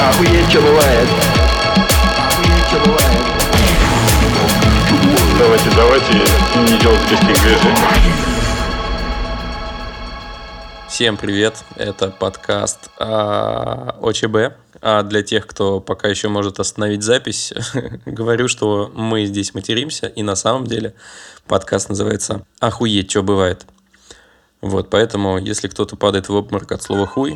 Охуеть, что бывает. Охуеть, что бывает. Давайте не делать лишних движений. Всем привет, это подкаст ОЧБ. А для тех, кто пока еще может остановить запись, говорю, что мы здесь материмся, и на самом деле подкаст называется «Охуеть, что бывает». Вот, поэтому, если кто-то падает в обморок от слова «хуй»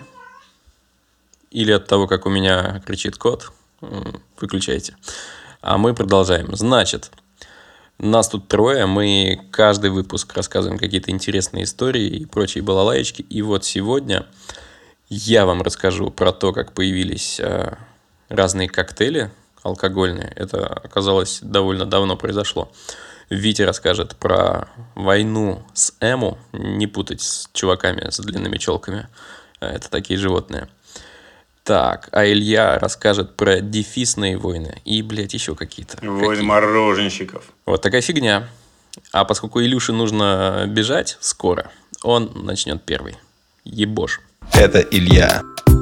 или от того, как у меня кричит кот, выключайте. А мы продолжаем. Значит, нас тут трое, мы каждый выпуск рассказываем какие-то интересные истории и прочие балалаечки. И вот сегодня я вам расскажу про то, как появились разные коктейли алкогольные. Это оказалось довольно давно произошло. Витя расскажет про войну с Эму, не путать с чуваками с длинными челками. Это такие животные. Так, а Илья расскажет про дефисные войны и, блядь, еще какие-то. Войны мороженщиков. Вот такая фигня. А поскольку Илюше нужно бежать скоро, он начнет первый. Ебош. Это Илья.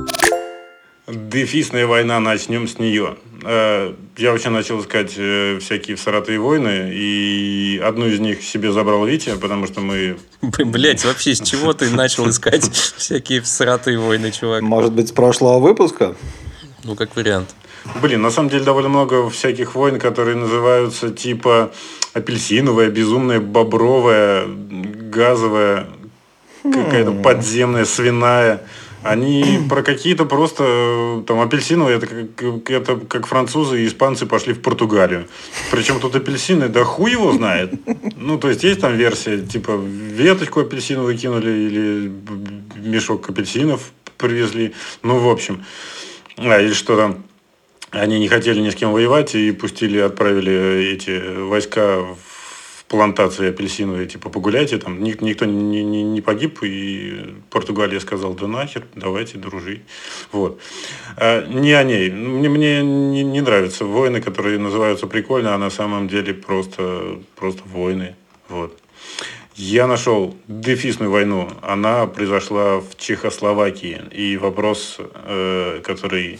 Дефисная война, начнем с нее. Я вообще начал искать всякие всратые войны, и одну из них себе забрал Витя, потому что мы... Блять, вообще с чего ты начал искать всякие всратые войны, чувак? Может быть, с прошлого выпуска? Ну, как вариант. Блин, на самом деле довольно много всяких войн, которые называются типа апельсиновая, безумная, бобровая, газовая, какая-то подземная, свиная. Они про какие-то просто там апельсиновые, это как французы и испанцы пошли в Португалию. Причем тут апельсины, да хуй его знает. Ну, то есть там версия, типа веточку апельсиновую кинули или мешок апельсинов привезли. Ну, в общем. Или что там. Они не хотели ни с кем воевать и отправили эти войска в плантации апельсиновые, типа, погуляйте, там никто не погиб, и Португалия сказала, да нахер, давайте дружить. Вот. Не о ней. Мне не нравятся войны, которые называются прикольно, а на самом деле просто войны. Вот. Я нашел дефисную войну. Она произошла в Чехословакии. И вопрос, который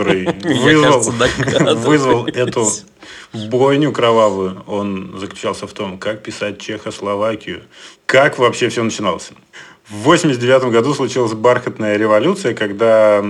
вызвал эту бойню кровавую, он заключался в том, как писать Чехословакию. Как вообще все начиналось. В 1989 году случилась бархатная революция, когда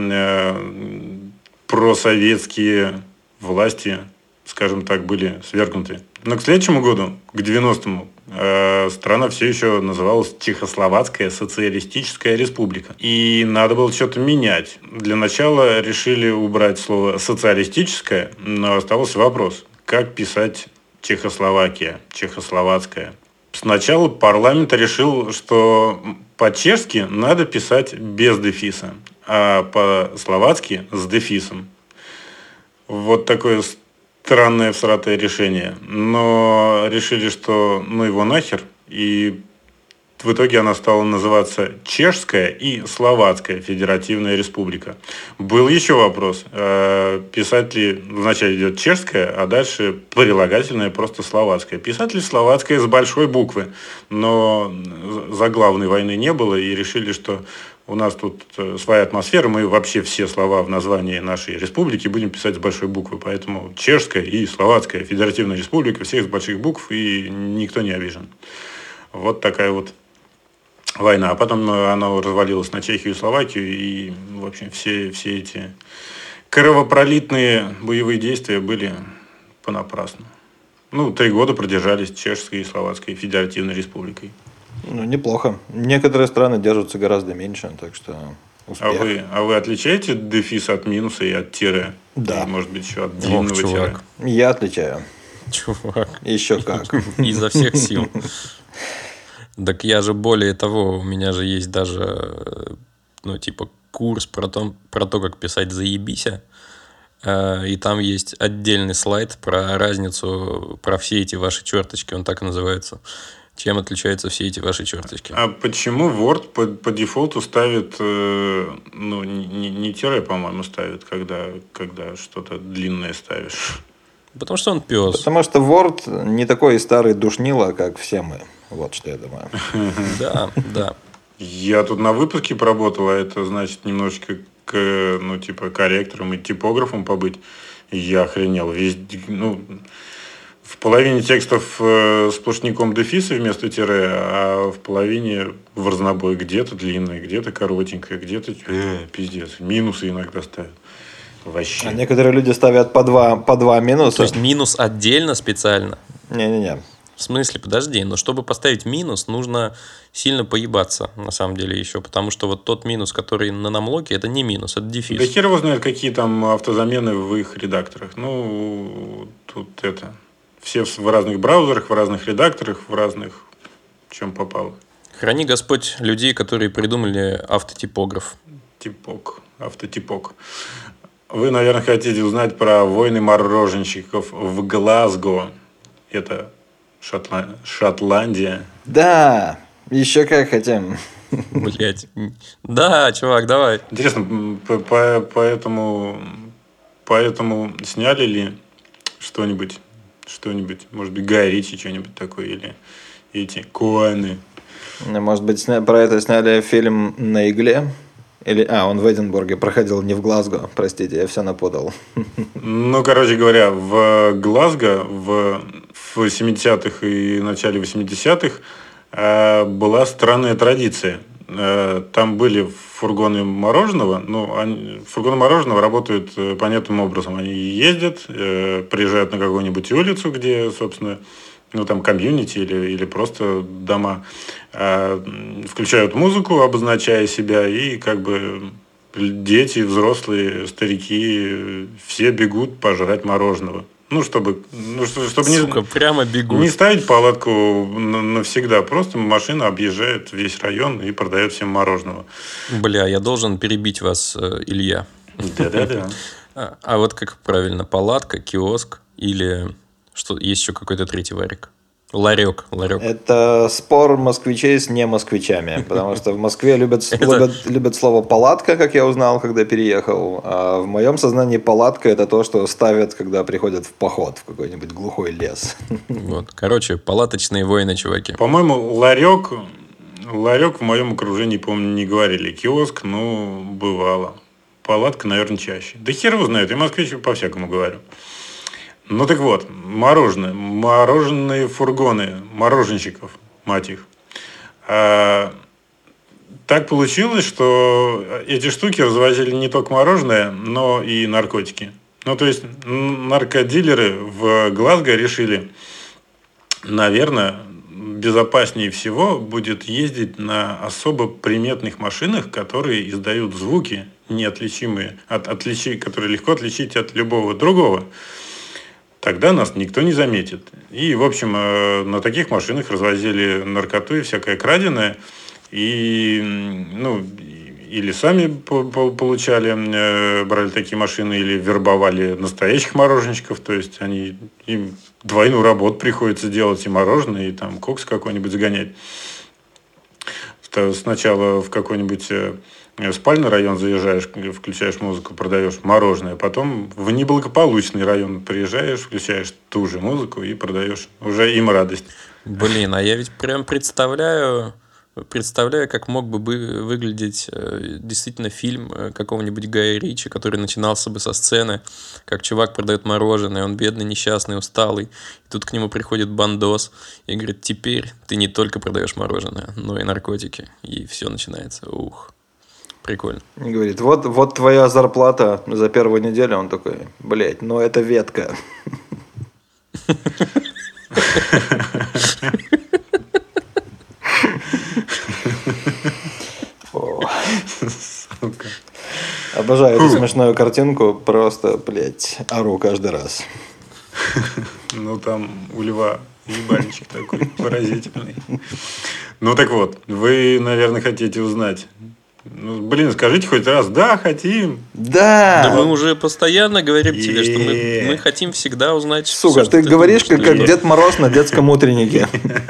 просоветские власти, скажем так, были свергнуты. Но к следующему году, к 90-му, страна все еще называлась Чехословацкая социалистическая республика. И надо было что-то менять. Для начала решили убрать слово «социалистическая», но остался вопрос, как писать Чехословакия, Чехословацкая. Сначала парламент решил, что по-чешски надо писать без дефиса, а по-словацки с дефисом. Вот такое странное всратое решение. Но решили, что ну его нахер. И в итоге она стала называться Чешская и Словацкая Федеративная Республика. Был еще вопрос. Писать ли вначале идет чешская, а дальше прилагательное просто словацкая. Писать ли словацкая с большой буквы. Но заглавной войны не было. И решили, что у нас тут своя атмосфера, мы вообще все слова в названии нашей республики будем писать с большой буквы. Поэтому Чешская и Словацкая Федеративная Республика, всех с больших букв, и никто не обижен. Вот такая вот война. А потом она развалилась на Чехию и Словакию, и, в общем, все эти кровопролитные боевые действия были понапрасну. 3 года продержались Чешской и Словацкой Федеративной Республикой. Ну, неплохо. Некоторые страны держатся гораздо меньше, так что успех. А вы отличаете дефис от минуса и от тире? Да. И, может быть, еще от длинного тире? Я отличаю. Чувак. Еще как. Изо всех сил. Так я же более того, у меня же есть даже, курс про то, как писать «заебися». И там есть отдельный слайд про разницу, про все эти ваши черточки, он так и называется. Чем отличаются все эти ваши черточки? А почему Word по дефолту ставит, не тире, по-моему, ставит, когда что-то длинное ставишь? Потому что он пес. Потому что Word не такой старый душнило, как все мы. Вот что я думаю. Да. Я тут на выпуске поработал, а это значит немножечко ну, типа, корректором и типографом побыть. И я охренел. В половине текстов сплошняком дефисы вместо тире, а в половине в разнобой где-то длинное, где-то коротенькое, где-то пиздец. Минусы иногда ставят. Вообще. А некоторые люди ставят по два минуса. То есть минус отдельно специально? Не-не-не. В смысле, подожди, но чтобы поставить минус, нужно сильно поебаться, на самом деле, еще, потому что вот тот минус, который на намлоке, это не минус, это дефис. Да хер его знает, какие там автозамены в их редакторах. Ну, тут это... Все в разных браузерах, в разных редакторах, в разных... чем попало. Храни Господь людей, которые придумали автотипограф. Автотипок. Вы, наверное, хотите узнать про войны мороженщиков в Глазго. Это Шотландия. Да, еще как хотим. Блять. Да, чувак, давай. Интересно, поэтому сняли ли что-нибудь, может быть, Гай Ричи что-нибудь такое, или эти Коэны. Может быть, про это сняли фильм «На игле». Он в Эдинбурге проходил, не в Глазго. Простите, я все напутал. Ну, короче говоря, в Глазго в 70-х и начале 80-х была странная традиция. Там были фургоны мороженого. Фургоны мороженого работают понятным образом. Они ездят, приезжают на какую-нибудь улицу, где, собственно, там комьюнити или просто дома, включают музыку, обозначая себя, и как бы дети, взрослые, старики, все бегут пожрать мороженого. Чтобы Сука, прямо бегут. Не ставить палатку навсегда. Просто машина объезжает весь район и продает всем мороженого. Бля, я должен перебить вас, Илья. Да-да-да. А вот как правильно, палатка, киоск или что есть еще какой-то третий варик? Ларек. Это спор москвичей с не москвичами, потому что в Москве любят слово «палатка», как я узнал, когда переехал. А в моем сознании палатка – это то, что ставят, когда приходят в поход в какой-нибудь глухой лес. Вот, короче, палаточные воины, чуваки. По-моему, ларек в моем окружении, помню, не говорили. Киоск, бывало. Палатка, наверное, чаще. Да хер его знает, я москвич по-всякому говорю. Ну так вот, мороженые фургоны, мороженщиков, мать их. Так получилось, что эти штуки развозили не только мороженое, но и наркотики. То есть наркодилеры в Глазго решили, наверное, безопаснее всего будет ездить на особо приметных машинах, которые издают звуки, неотличимые, которые легко отличить от любого другого. Тогда нас никто не заметит. И, в общем, на таких машинах развозили наркоту и всякое краденое. И, или сами брали такие машины, или вербовали настоящих мороженщиков. То есть, им двойную работу приходится делать, и мороженое, и там кокс какой-нибудь загонять. Сначала в какой-нибудь спальный район заезжаешь, включаешь музыку, продаешь мороженое, потом в неблагополучный район приезжаешь, включаешь ту же музыку и продаешь уже им радость. Блин, а я ведь прям представляю, как мог бы выглядеть действительно фильм какого-нибудь Гая Ричи, который начинался бы со сцены, как чувак продает мороженое, он бедный, несчастный, усталый, и тут к нему приходит бандос и говорит: теперь ты не только продаешь мороженое, но и наркотики, и все начинается. Ух. Прикольно. И говорит: вот твоя зарплата за первую неделю. Он такой: блять, это ветка. Обожаю эту смешную картинку. Просто, блять, ору каждый раз. Там у льва ебальничек такой выразительный. Так вот, вы, наверное, хотите узнать. Скажите хоть раз: да, хотим. Да. Да мы уже постоянно говорим тебе, что мы хотим всегда узнать. Сука, все, ты говоришь, как Дед Мороз на детском утреннике.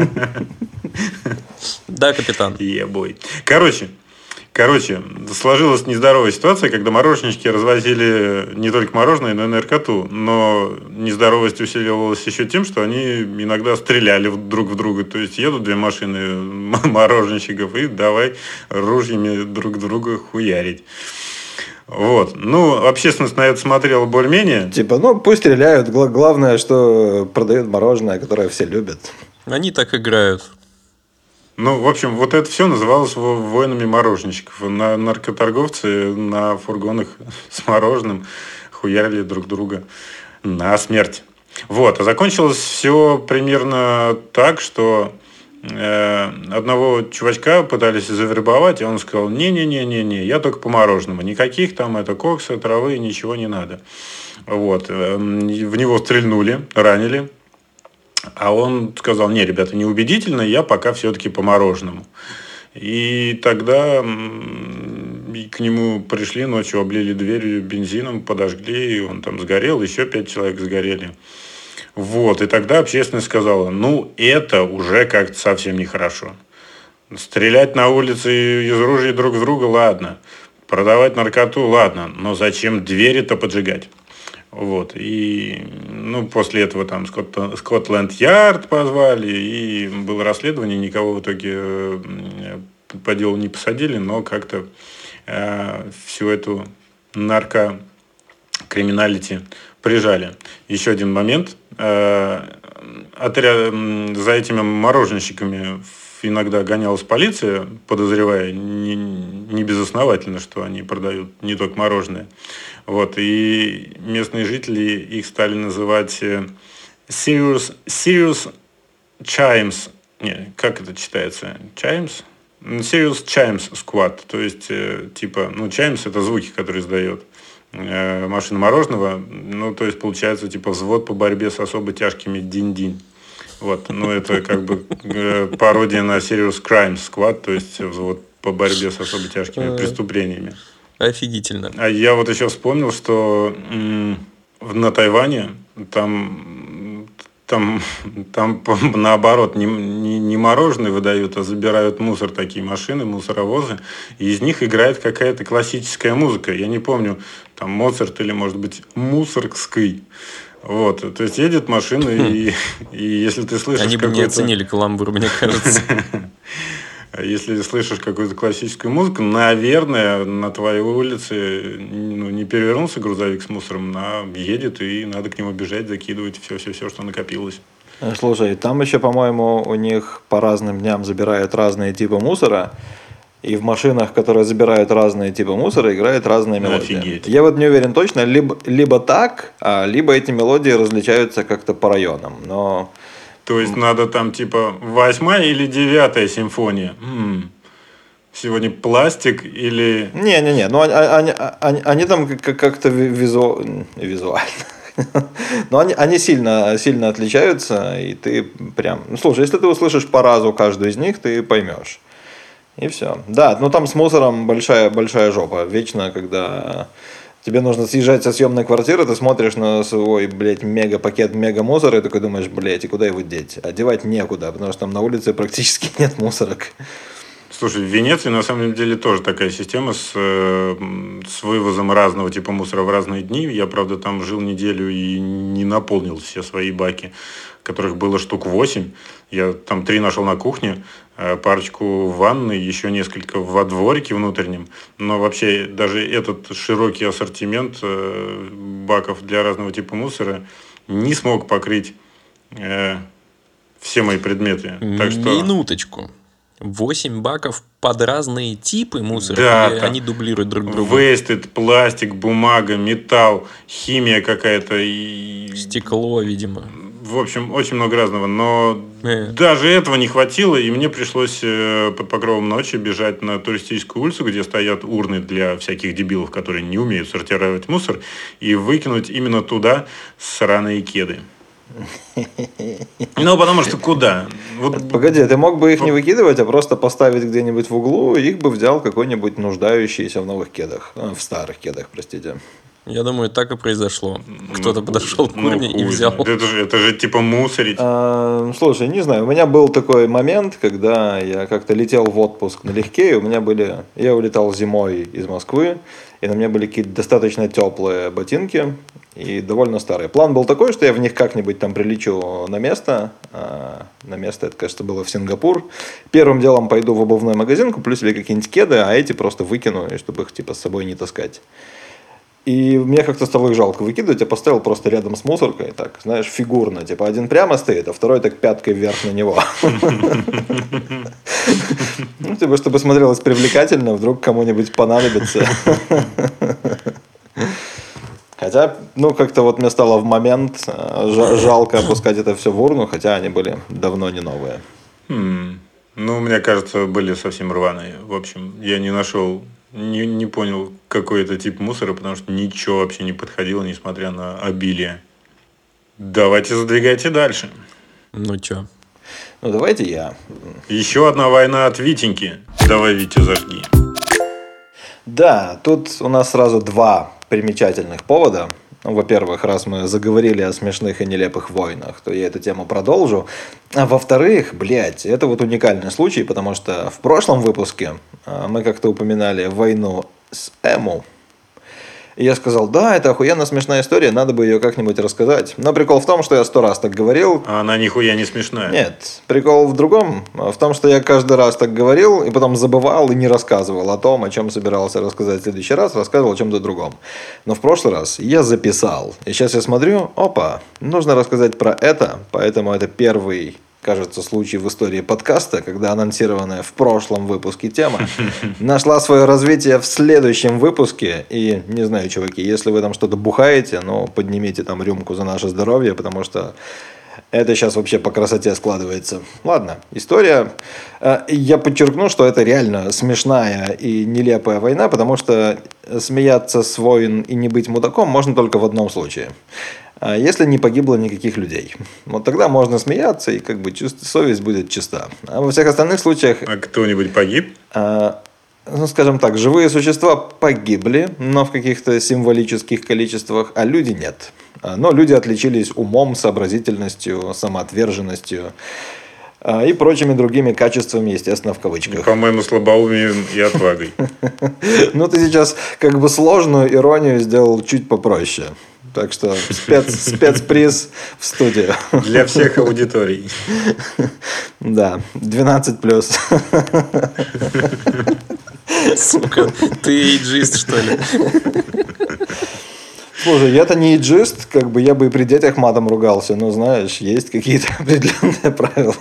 Да, капитан. Ебой. Короче, сложилась нездоровая ситуация, когда мороженщики развозили не только мороженое, но и наркоту. Но нездоровость усиливалась еще тем, что они иногда стреляли друг в друга. То есть едут две машины мороженщиков и давай ружьями друг друга хуярить. Вот. Ну, общественность на это смотрела более-менее. Типа, ну, пусть стреляют. Главное, что продают мороженое, которое все любят. Они так играют. Ну, в общем, вот это все называлось войнами мороженщиков. Наркоторговцы на фургонах с мороженым хуярили друг друга на смерть. Вот. А закончилось все примерно так, что одного чувачка пытались завербовать, и он сказал: не-не-не-не-не, я только по мороженому. Никаких там кокса, травы, ничего не надо. Вот. В него стрельнули, ранили. А он сказал: не, ребята, неубедительно, я пока все-таки по мороженому. И тогда к нему пришли ночью, облили дверь бензином, подожгли, и он там сгорел, еще 5 человек сгорели. Вот, и тогда общественность сказала: ну, это уже как-то совсем нехорошо. Стрелять на улице из ружей друг в друга, ладно. Продавать наркоту, ладно. Но зачем двери-то поджигать? Вот. И ну, после этого там Скотланд-Ярд позвали, и было расследование, никого в итоге по делу не посадили, но как-то всю эту наркокриминалити прижали. Еще один момент. За этими мороженщиками иногда гонялась полиция, подозревая не безосновательно, что они продают не только мороженое. Вот. И местные жители их стали называть Serious Chimes. Не, как это читается? Chimes? Serious Chimes Squad. То есть, типа, ну, Chimes — это звуки, которые издает машина мороженого. Ну, то есть, получается, типа, взвод по борьбе с особо тяжкими динь-динь. Вот. Ну, это как бы пародия на Serious Crimes Squad, то есть взвод по борьбе с особо тяжкими преступлениями. Офигительно. А я вот еще вспомнил, что на Тайване там наоборот не мороженое выдают, а забирают мусор, такие машины, мусоровозы, и из них играет какая-то классическая музыка. Я не помню, там Моцарт или, может быть, Мусоргский. Вот, то есть едет машина, и если ты слышишь... Они бы не оценили каламбур, мне кажется. Если слышишь какую-то классическую музыку, наверное, на твоей улице не перевернулся грузовик с мусором, а едет, и надо к нему бежать, закидывать все, что накопилось. Слушай, там еще, по-моему, у них по разным дням забирают разные типы мусора, и в машинах, которые забирают разные типы мусора, играет разные мелодии. Офигеть. Я вот не уверен точно, либо так, либо эти мелодии различаются как-то по районам, но... То есть надо там типа 8-я или 9-я симфония. Сегодня пластик или... Не-не-не, ну они там как-то визуально. Но они сильно отличаются, и ты прям... Ну, слушай, если ты услышишь по разу каждую из них, ты поймешь. И все. Да, ну там с мусором большая жопа. Вечно, когда... Тебе нужно съезжать со съемной квартиры, ты смотришь на свой, блядь, мега-пакет мега-мусора и такой думаешь: блядь, и куда его деть? А девать некуда, потому что там на улице практически нет мусорок. Слушай, в Венеции на самом деле тоже такая система с вывозом разного типа мусора в разные дни. Я, правда, там жил неделю и не наполнил все свои баки, которых было штук 8. Я там 3 нашел на кухне, парочку в ванной, еще несколько во дворике внутреннем. Но вообще даже этот широкий ассортимент баков для разного типа мусора не смог покрыть все мои предметы. Так что... Минуточку. 8 баков под разные типы мусора, да, или они дублируют друг друга? Wasted, пластик, бумага, металл, химия какая-то. И... Стекло, видимо. В общем, очень много разного. Но даже этого не хватило, и мне пришлось под покровом ночи бежать на туристическую улицу, где стоят урны для всяких дебилов, которые не умеют сортировать мусор, и выкинуть именно туда сраные кеды. Ну, потому что куда? Вот... Погоди, ты мог бы их не выкидывать, а просто поставить где-нибудь в углу, и их бы взял какой-нибудь нуждающийся в новых кедах. В старых кедах, простите. Я думаю, так и произошло. Кто-то подошел к урне и взял. Это же типа мусорить. Слушай, не знаю, у меня был такой момент, когда я как-то летел в отпуск налегке, и у меня были... Я улетал зимой из Москвы, и на мне были какие-то достаточно теплые ботинки, и довольно старые. План был такой, что я в них как-нибудь там прилечу на место. На место, это, кажется, было в Сингапур. Первым делом пойду в обувной магазин, куплю себе какие-нибудь кеды, а эти просто выкину, чтобы их типа с собой не таскать. И мне как-то стало их жалко выкидывать, я поставил просто рядом с мусоркой, так, знаешь, фигурно. Типа один прямо стоит, а второй так пяткой вверх на него. Ну, типа, чтобы смотрелось привлекательно, вдруг кому-нибудь понадобится. Хотя, ну, как-то вот мне стало в момент жалко опускать это все в урну, хотя они были давно не новые. Ну, мне кажется, были совсем рваные. В общем, я не нашел, не понял, какой это тип мусора, потому что ничего вообще не подходило, несмотря на обилие. Давайте задвигайте дальше. Ну чё? Ну, давайте я. Еще одна война от Витеньки. Давай, Витя, зажги. Да, тут у нас сразу два примечательных повода. Ну, во-первых, раз мы заговорили о смешных и нелепых войнах, то я эту тему продолжу. А во-вторых, блядь, это вот уникальный случай, потому что в прошлом выпуске мы как-то упоминали войну с Эму. И я сказал, да, это охуенно смешная история, надо бы ее как-нибудь рассказать. Но прикол в том, что я 100 раз так говорил. А она нихуя не смешная. Нет, прикол в другом. В том, что я каждый раз так говорил, и потом забывал и не рассказывал о том, о чем собирался рассказать в следующий раз, рассказывал о чем-то другом. Но в прошлый раз я записал. И сейчас я смотрю, опа, нужно рассказать про это, поэтому это первый, кажется, случай в истории подкаста, когда анонсированная в прошлом выпуске тема нашла свое развитие в следующем выпуске. И не знаю, чуваки, если вы там что-то бухаете, ну, поднимите там рюмку за наше здоровье, потому что это сейчас вообще по красоте складывается. Ладно, история. Я подчеркну, что это реально смешная и нелепая война, потому что смеяться с войн и не быть мудаком можно только в одном случае. Если не погибло никаких людей. Вот тогда можно смеяться, и как бы совесть будет чиста. А во всех остальных случаях... А кто-нибудь погиб? Ну, скажем так, живые существа погибли, но в каких-то символических количествах, а люди нет. Но люди отличились умом, сообразительностью, самоотверженностью и прочими другими качествами, естественно, в кавычках. По-моему, слабоумием и отвагой. Ну, ты сейчас как бы сложную иронию сделал чуть попроще. Так что спецприз в студию. Для всех аудиторий. Да, 12+. Сука, ты эйджист, что ли? Слушай, я-то не эйджист, как бы я бы и при детях матом ругался, но знаешь, есть какие-то определенные правила.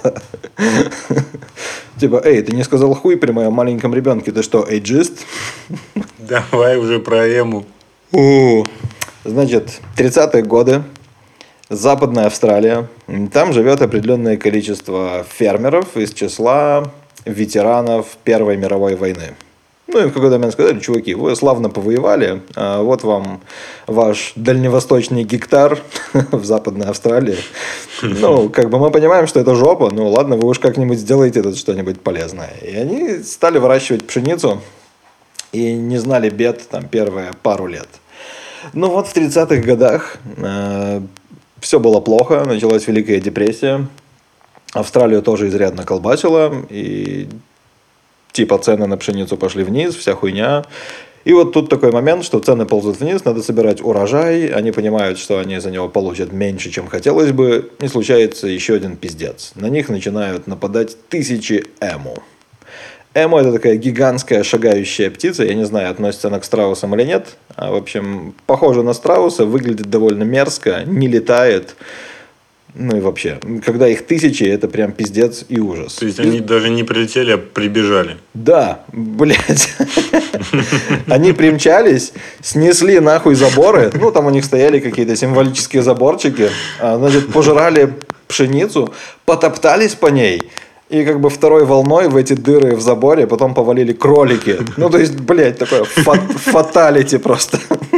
Типа, эй, ты не сказал хуй при моем маленьком ребенке, ты что, эйджист? Давай уже про Эму. Значит, 30-е годы, Западная Австралия. Там живет определенное количество фермеров из числа ветеранов Первой мировой войны. Ну, и в какой-то момент сказали, чуваки, вы славно повоевали, вот вам ваш дальневосточный гектар в Западной Австралии. Ну, как бы мы понимаем, что это жопа, ну ладно, вы уж как-нибудь сделаете тут что-нибудь полезное. И они стали выращивать пшеницу и не знали бед там первые пару лет. Ну вот в 30-х годах все было плохо, началась Великая депрессия. Австралию тоже изрядно колбасило, и типа цены на пшеницу пошли вниз, вся хуйня. И вот тут такой момент, что цены ползут вниз, надо собирать урожай, они понимают, что они за него получат меньше, чем хотелось бы, и случается еще один пиздец. На них начинают нападать тысячи эму. Эму — это такая гигантская шагающая птица, я не знаю, относится она к страусам или нет. В общем, похожа на страуса, выглядит довольно мерзко, не летает. Ну и вообще, когда их тысячи, это прям пиздец и ужас. То есть они даже не прилетели, а прибежали. Да, блядь. Они примчались, снесли нахуй заборы. Ну, там у них стояли какие-то символические заборчики. Значит, пожрали пшеницу, потоптались по ней. И как бы второй волной в эти дыры в заборе потом повалили кролики. Ну, то есть, блядь, такое фаталити просто.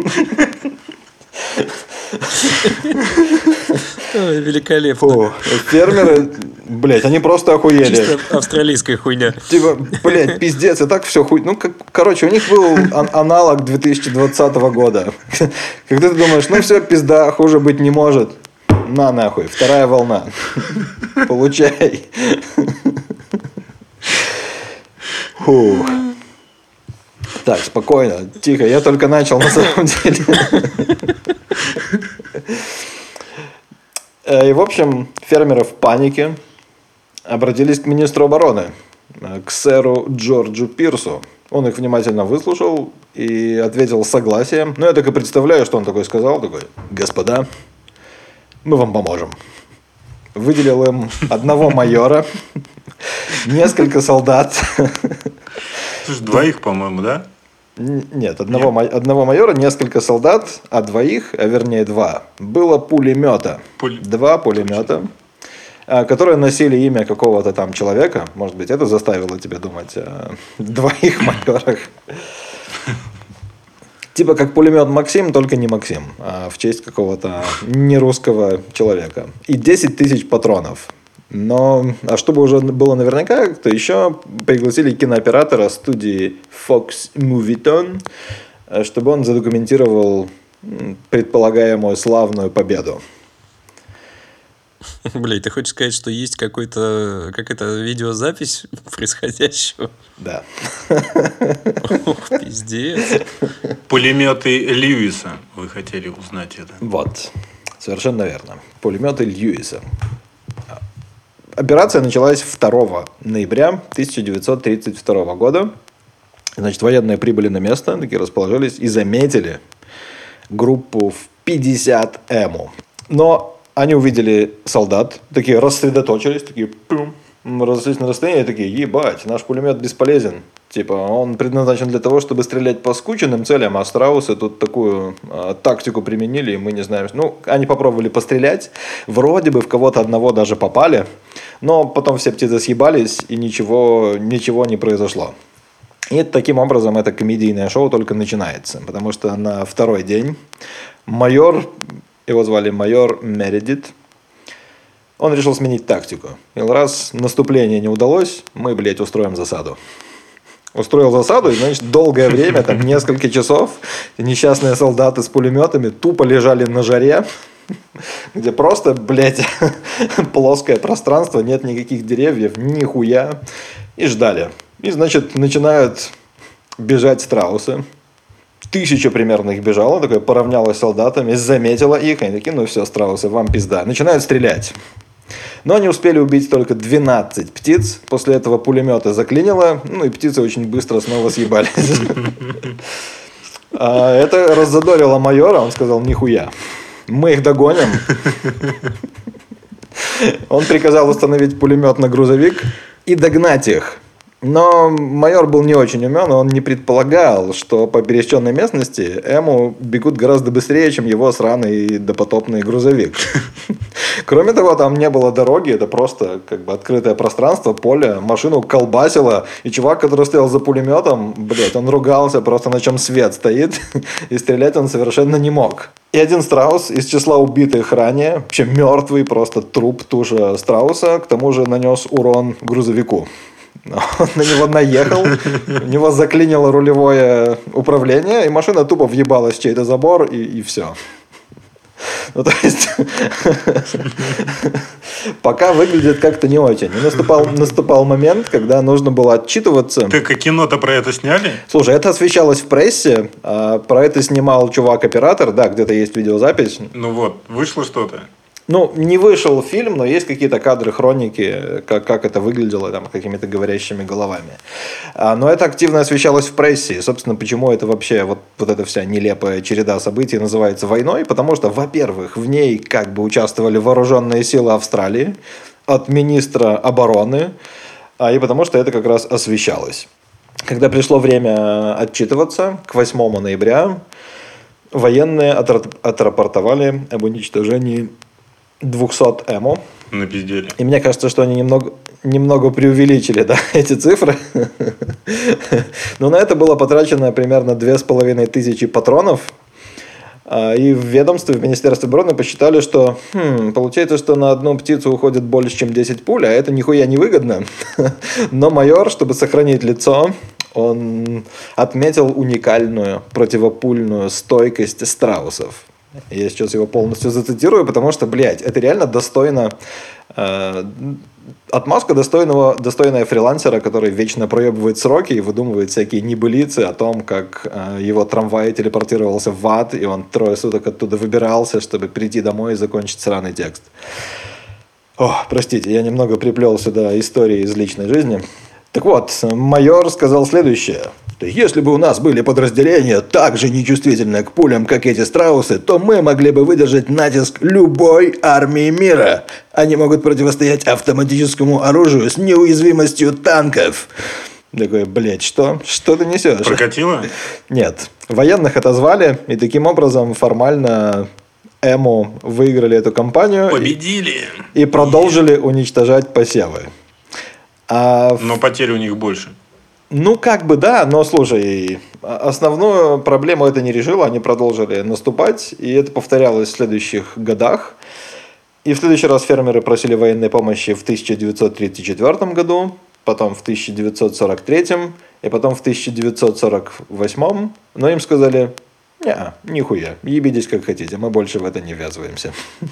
Ой, великолепно. Фу, фермеры, блядь, они просто охуели. Чисто австралийская хуйня. Типа, блядь, пиздец, и так все хуй. Ну, короче, у них был аналог 2020 года. Когда ты думаешь, ну все, пизда, хуже быть не может. На нахуй, вторая волна. Получай. Фу. Так, спокойно, тихо, я только начал на самом деле. И, в общем, фермеры в панике обратились к министру обороны, к сэру Джорджу Пирсу. Он их внимательно выслушал и ответил согласием. Ну, я так и представляю, что он такой сказал. Такой: господа, мы вам поможем. Выделил им одного майора, несколько солдат. Слушай, двоих, по-моему, да? Нет, одного майора, несколько солдат, а двоих, а вернее два, было пулемета. Два пулемета, которые носили имя какого-то там человека. Может быть, это заставило тебя думать о двоих майорах. Типа как пулемет Максим, только не Максим, а в честь какого-то нерусского человека. И 10 тысяч патронов. Но, а чтобы уже было наверняка, то еще пригласили кинооператора студии Fox Movietone, чтобы он задокументировал предполагаемую славную победу. Блядь, ты хочешь сказать, что есть какая-то видеозапись происходящего? Да. Ох, пиздец. Пулеметы Льюиса. Вы хотели узнать это? Вот. Совершенно верно. Пулеметы Льюиса. Операция началась 2 ноября 1932 года. Значит, военные прибыли на место, такие расположились и заметили группу в 50 ЭМУ. Но они увидели солдат, такие рассредоточились, такие разошлись на расстояние, такие: ебать, наш пулемет бесполезен. Типа, он предназначен для того, чтобы стрелять по скученным целям, а страусы тут такую тактику применили, и мы не знаем. Ну, они попробовали пострелять, вроде бы в кого-то одного даже попали, но потом все птицы съебались, и ничего не произошло. И таким образом это комедийное шоу только начинается, потому что на второй день майор, его звали майор Мередит, он решил сменить тактику. И раз наступление не удалось, мы, блядь, устроим засаду. Устроил засаду, и, значит, долгое время, там несколько часов, несчастные солдаты с пулеметами тупо лежали на жаре, где просто, блядь, плоское пространство, нет никаких деревьев, нихуя, и ждали. И, значит, начинают бежать страусы. 1000 примерно их бежало, такое поравнялось с солдатами, заметила их, они такие: ну все, страусы, вам пизда. Начинают стрелять. Но они успели убить только 12 птиц. После этого пулемета заклинило, ну и птицы очень быстро снова съебались. Это раззадорило майора, он сказал: нихуя, мы их догоним. Он приказал установить пулемет на грузовик и догнать их. Но майор был не очень умен, он не предполагал, что по пересеченной местности Эму бегут гораздо быстрее, чем его сраный допотопный грузовик. Кроме того, там не было дороги, это просто как бы открытое пространство, поле, машину колбасило, и чувак, который стоял за пулеметом, блядь, он ругался просто, на чем свет стоит, и стрелять он совершенно не мог. И один страус из числа убитых ранее, вообще мертвый, просто труп, туша страуса, к тому же нанес урон грузовику. Он на него наехал, у него заклинило рулевое управление, и машина тупо въебалась в чей-то забор, и все. Ну, то есть, пока выглядит как-то не очень. И наступал момент, когда нужно было отчитываться. Так, а кино-то про это сняли? Слушай, это освещалось в прессе, про это снимал чувак-оператор, да, где-то есть видеозапись. Ну вот, вышло что-то. Ну, не вышел фильм, но есть какие-то кадры, хроники, как это выглядело там какими-то говорящими головами. Но это активно освещалось в прессе. И, собственно, почему это вообще, вот эта вся нелепая череда событий называется войной? Потому что, во-первых, в ней как бы участвовали вооруженные силы Австралии от министра обороны, и потому что это как раз освещалось. Когда пришло время отчитываться, к 8 ноября военные отрапортовали об уничтожении 200 ЭМУ. Напиздели. И мне кажется, что они немного преувеличили, да, эти цифры. Но на это было потрачено примерно 2500 патронов. И в ведомстве, в Министерстве обороны посчитали, что получается, что на одну птицу уходит больше, чем 10 пуль, а это нихуя не выгодно. Но майор, чтобы сохранить лицо, он отметил уникальную противопульную стойкость страусов. Я сейчас его полностью зацитирую, потому что, блядь, это реально достойно... Отмазка достойная фрилансера, который вечно проебывает сроки и выдумывает всякие небылицы о том, как его трамвай телепортировался в ад, и он 3 суток оттуда выбирался, чтобы прийти домой и закончить сраный текст. Простите, я немного приплел сюда истории из личной жизни. Так вот, майор сказал следующее. То есть, если бы у нас были подразделения так же нечувствительные к пулям, как эти страусы, то мы могли бы выдержать натиск любой армии мира. Они могут противостоять автоматическому оружию с неуязвимостью танков. Такой, блядь, что? Что ты несешь? Прокатило? Нет. Военных отозвали, и таким образом формально ЭМУ выиграли эту кампанию. Победили. И продолжили уничтожать посевы. Но потери у них больше. Ну, как бы да, но слушай, основную проблему это не решило, они продолжили наступать, и это повторялось в следующих годах. И в следующий раз фермеры просили военной помощи в 1934 году, потом в 1943 и потом в 1948, но им сказали, нихуя, ебитесь как хотите, мы больше в это не ввязываемся.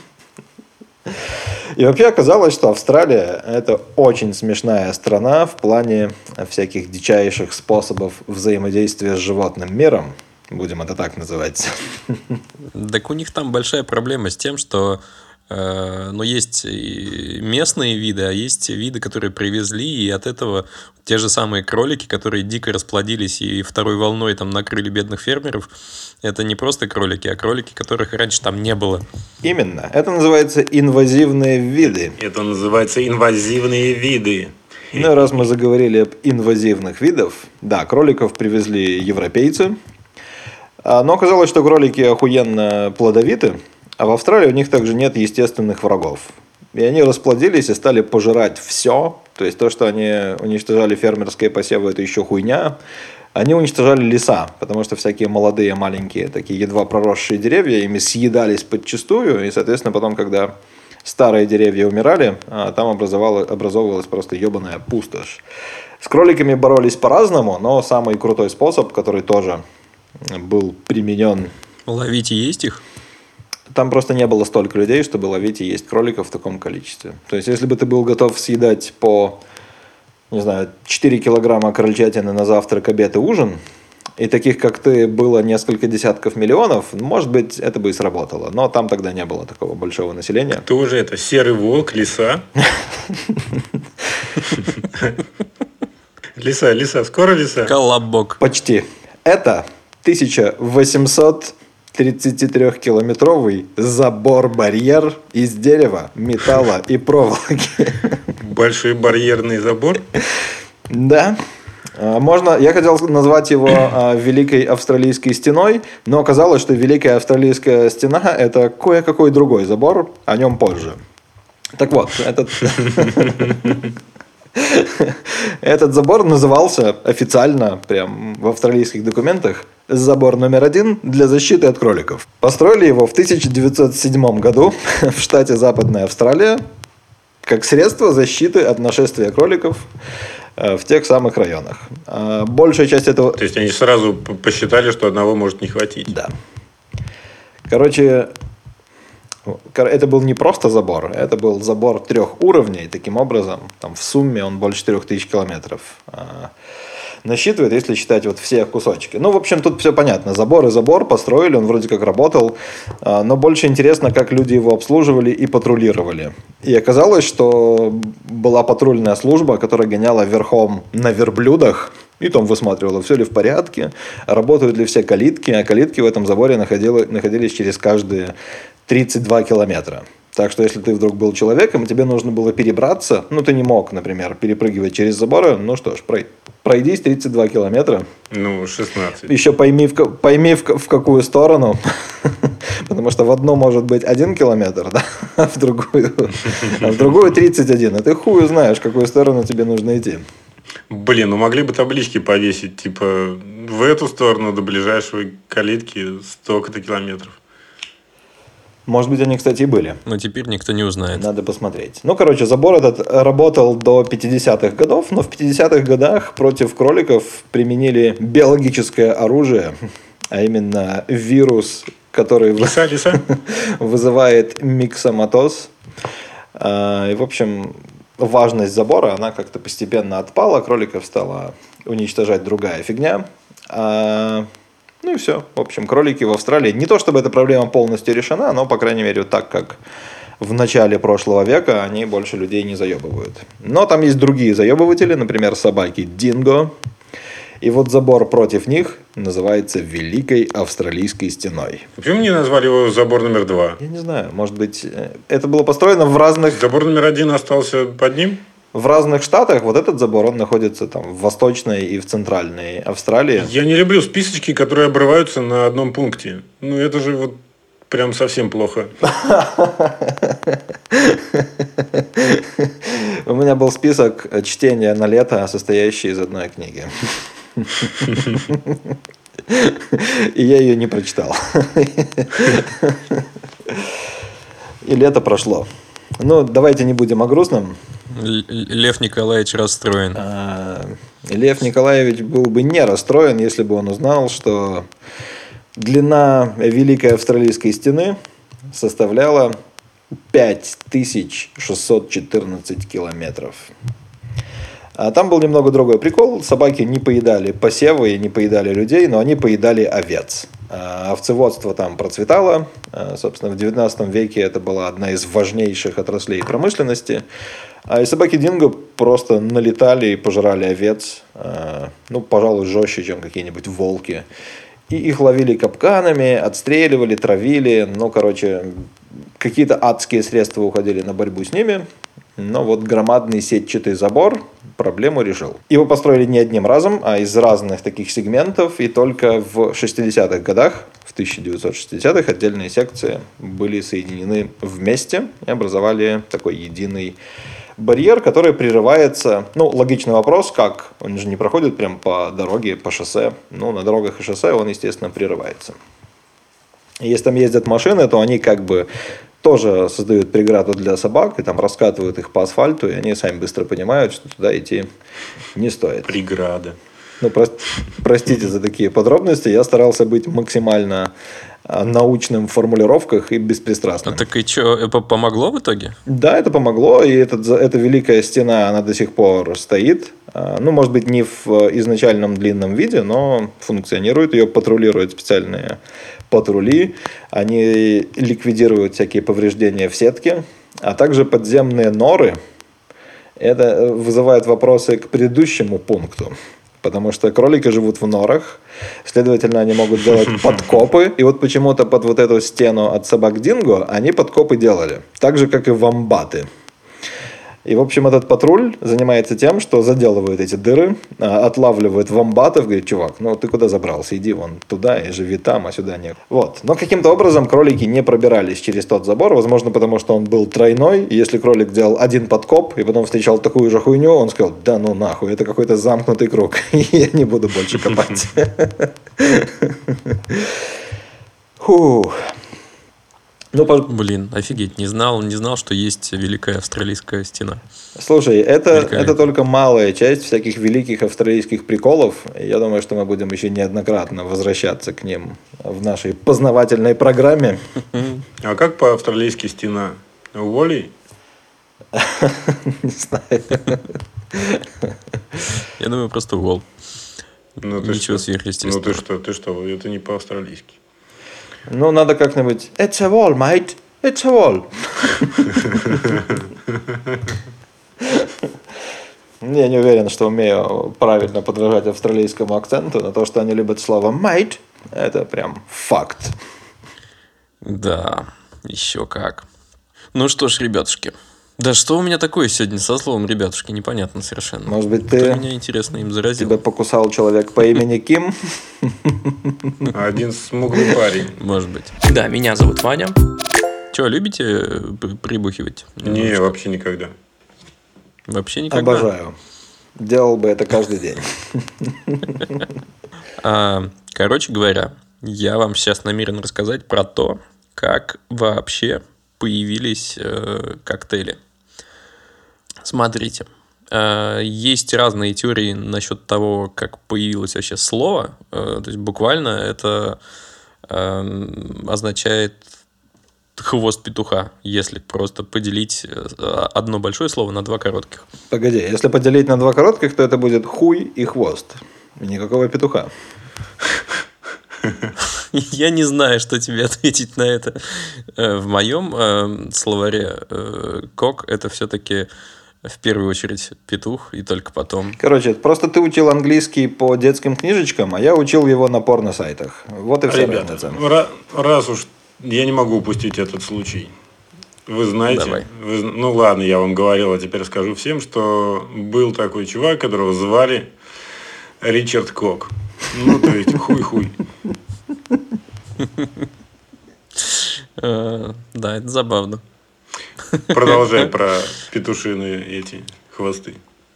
И вообще оказалось, что Австралия – это очень смешная страна в плане всяких дичайших способов взаимодействия с животным миром. Будем это так называть. Так у них там большая проблема с тем, что есть и местные виды, а есть виды, которые привезли, и от этого те же самые кролики, которые дико расплодились и второй волной там накрыли бедных фермеров, это не просто кролики, а кролики, которых раньше там не было. Именно. Это называется инвазивные виды. Это называется инвазивные виды. Ну, раз мы заговорили об инвазивных видах, да, кроликов привезли европейцы, но оказалось, что кролики охуенно плодовиты, а в Австралии у них также нет естественных врагов. И они расплодились и стали пожирать все. То есть то, что они уничтожали фермерские посевы, это еще хуйня. Они уничтожали леса, потому что всякие молодые, маленькие, такие едва проросшие деревья ими съедались подчистую. И, соответственно, потом, когда старые деревья умирали, там образовывалась просто ебаная пустошь. С кроликами боролись по-разному, но самый крутой способ, который тоже был применен... Ловить и есть их? Там просто не было столько людей, чтобы ловить и есть кроликов в таком количестве. То есть, если бы ты был готов съедать по, 4 килограмма крольчатины на завтрак, обед и ужин, и таких, как ты, было несколько десятков миллионов, может быть, это бы и сработало. Но там тогда не было такого большого населения. Тоже это серый волк, лиса. Лиса, скоро лиса? Колобок. Почти. Это 1833-километровый забор-барьер из дерева, металла и проволоки. Большой барьерный забор? Да. Я хотел назвать его Великой Австралийской стеной, но оказалось, что Великая Австралийская стена – это кое-какой другой забор, о нем позже. Так вот, этот забор назывался официально, прям в австралийских документах, забор номер 1 для защиты от кроликов. Построили его в 1907 году в штате Западная Австралия как средство защиты от нашествия кроликов в тех самых районах. Большая часть этого... То есть они сразу посчитали, что одного может не хватить. Да. Короче, это был не просто забор, это был забор 3 уровней. Таким образом, там в сумме он больше 3000 километров насчитывает, если считать вот все кусочки. Ну, в общем, тут все понятно. Забор и забор построили, он вроде как работал, но больше интересно, как люди его обслуживали и патрулировали. И оказалось, что была патрульная служба, которая гоняла верхом на верблюдах, и там высматривала, все ли в порядке, работают ли все калитки, а калитки в этом заборе находились через каждые 32 километра. Так что, если ты вдруг был человеком, тебе нужно было перебраться, ты не мог, например, перепрыгивать через заборы, пройдись 32 километра. 16. Еще пойми, в какую сторону, потому что в одну может быть 1 километр, да? а в другую 31, и ты хуй знаешь, в какую сторону тебе нужно идти. Блин, могли бы таблички повесить, типа, в эту сторону до ближайшей калитки столько-то километров. Может быть, они, кстати, и были. Но теперь никто не узнает. Надо посмотреть. Забор этот работал до 50-х годов, но в 50-х годах против кроликов применили биологическое оружие, а именно вирус, который вызывает миксоматоз. И, в общем, важность забора, она как-то постепенно отпала, кроликов стала уничтожать другая фигня. И все. В общем, кролики в Австралии. Не то чтобы эта проблема полностью решена, но, по крайней мере, так как в начале прошлого века, они больше людей не заебывают. Но там есть другие заебыватели, например, собаки динго. И вот забор против них называется Великой Австралийской стеной. Почему не назвали его забор номер 2? Я не знаю, может быть, это было построено в разных... Забор номер 1 остался под ним? В разных штатах вот этот забор, он находится там в Восточной и в Центральной Австралии. Я не люблю списочки, которые обрываются на одном пункте. Ну, это же вот прям совсем плохо. У меня был список чтения на лето, состоящий из одной книги. И я ее не прочитал. И лето прошло. Ну, давайте не будем о грустном. Лев Николаевич расстроен. Лев Николаевич был бы не расстроен, если бы он узнал, что длина Великой Австралийской стены составляла 5614 километров. А там был немного другой прикол. Собаки не поедали посевы и не поедали людей, но они поедали овец. Овцеводство там процветало. Собственно, в 19 веке это была одна из важнейших отраслей промышленности. И собаки динго просто налетали и пожирали овец. Ну, пожалуй, жестче, чем какие-нибудь волки. И их ловили капканами, отстреливали, травили. Ну, короче, какие-то адские средства уходили на борьбу с ними. Но вот громадный сетчатый забор проблему решил. Его построили не одним разом, а из разных таких сегментов. И только в 60-х годах, в 1960-х, отдельные секции были соединены вместе и образовали такой единый барьер, который прерывается. Ну, логичный вопрос, как? Он же не проходит прям по дороге, по шоссе. Ну, на дорогах и шоссе он, естественно, прерывается. И если там ездят машины, то они как бы тоже создают преграду для собак, и там раскатывают их по асфальту, и они сами быстро понимают, что туда идти не стоит. Преграда. Ну, простите за такие подробности, я старался быть максимально научным в формулировках и беспристрастным. А так и что, это помогло в итоге? Да, это помогло, и эта великая стена, она до сих пор стоит. Ну, может быть, не в изначальном длинном виде, но функционирует, ее патрулируют специальные патрули, они ликвидируют всякие повреждения в сетке, а также подземные норы. Это вызывает вопросы к предыдущему пункту, потому что кролики живут в норах, следовательно, они могут делать подкопы, и вот почему-то под вот эту стену от собак динго они подкопы делали, так же, как и вомбаты. И, в общем, этот патруль занимается тем, что заделывает эти дыры, отлавливает вомбатов, говорит: чувак, ну ты куда забрался, иди вон туда и живи там, а сюда нет. Вот. Но каким-то образом кролики не пробирались через тот забор, возможно, потому что он был тройной, и если кролик делал один подкоп и потом встречал такую же хуйню, он сказал: да ну нахуй, это какой-то замкнутый круг, я не буду больше копать. Фух. Ну, Блин, офигеть, не знал, что есть Великая Австралийская стена. Слушай, это только малая часть всяких великих австралийских приколов. Я думаю, что мы будем еще неоднократно возвращаться к ним в нашей познавательной программе. А как по-австралийски стена? Волей? Не знаю. Я думаю, просто вол. Ничего Ну сверхъестественного. ты что, это не по-австралийски. Ну, надо как-нибудь... It's a wall, mate. It's a wall. Я не уверен, что умею правильно подражать австралийскому акценту, но то, что они любят слово mate, это прям факт. Да, еще как. Ну что ж, ребятушки. Да что у меня такое сегодня со словом ребятушки? Непонятно совершенно. Может быть, Кто меня, интересно, им заразил? тебя покусал человек по имени Ким? Один смуглый парень. Может быть. Да, меня зовут Ваня. Че, любите прибухивать? Не, вообще никогда. Вообще никогда? Обожаю. Делал бы это каждый день. Короче говоря, я вам сейчас намерен рассказать про то, как вообще появились коктейли. Смотрите. Есть разные теории насчет того, как появилось вообще слово. То есть буквально это означает хвост петуха, если просто поделить одно большое слово на два коротких. Погоди, если поделить на два коротких, то это будет хуй и хвост. Никакого петуха. Я не знаю, что тебе ответить на это. В моем словаре кок это все-таки в первую очередь петух, и только потом. Короче, просто ты учил английский по детским книжечкам, а я учил его на порно-сайтах. Вот и вся Ребята, разница. раз уж я не могу упустить этот случай. Вы знаете, Давай. ну ладно, я вам говорил, а теперь скажу всем, что был такой чувак, которого звали Ричард Кок. Ну, то есть, хуй-хуй. Да, это забавно. Продолжай про петушиные эти хвосты.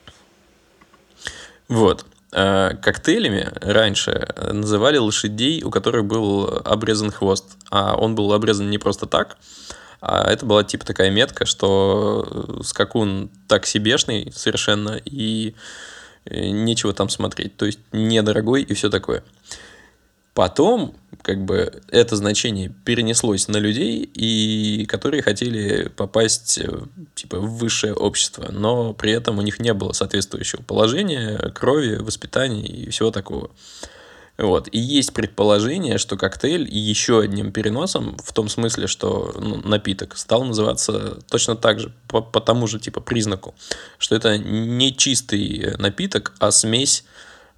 Вот. Коктейлями раньше называли лошадей, у которых был обрезан хвост. А он был обрезан не просто так, а это была типа такая метка, что скакун так себешный совершенно, и нечего там смотреть. То есть недорогой и все такое. Потом, как бы, это значение перенеслось на людей, и которые хотели попасть типа, в высшее общество, но при этом у них не было соответствующего положения, крови, воспитания и всего такого. Вот. И есть предположение, что коктейль еще одним переносом, в том смысле, что напиток стал называться точно так же, по тому же типа признаку, что это не чистый напиток, а смесь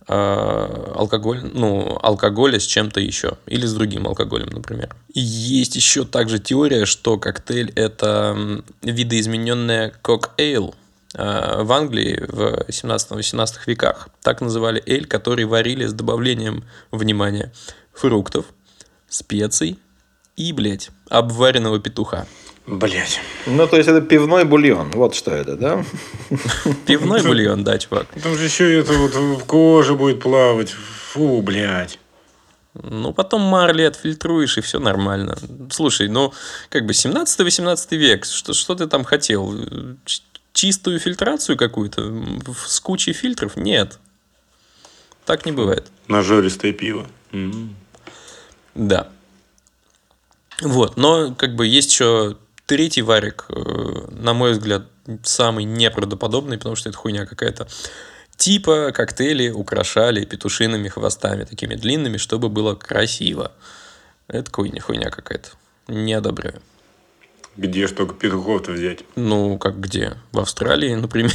алкоголя с чем-то еще. Или с другим алкоголем, например. И есть еще также теория, что коктейль – это видоизмененная кок-эйл. В Англии в 17-18 веках так называли эль, который варили с добавлением, внимания, фруктов, специй и, обваренного петуха. Блять. Ну, то есть, это пивной бульон. Вот что это, да? Пивной бульон, да, чувак. Там же еще это вот в коже будет плавать. Фу, блядь. Ну, потом марли отфильтруешь, и все нормально. Слушай, 17-18 век, что ты там хотел? Чистую фильтрацию какую-то? С кучей фильтров? Нет. Так не бывает. Нажористое пиво. Да. Вот, но есть еще третий варик, на мой взгляд, самый неправдоподобный, потому что это хуйня какая-то. Типа коктейли украшали петушиными хвостами, такими длинными, чтобы было красиво. Это хуйня какая-то. Не одобряю. Где ж только петухов-то взять? Ну, как где? В Австралии, например.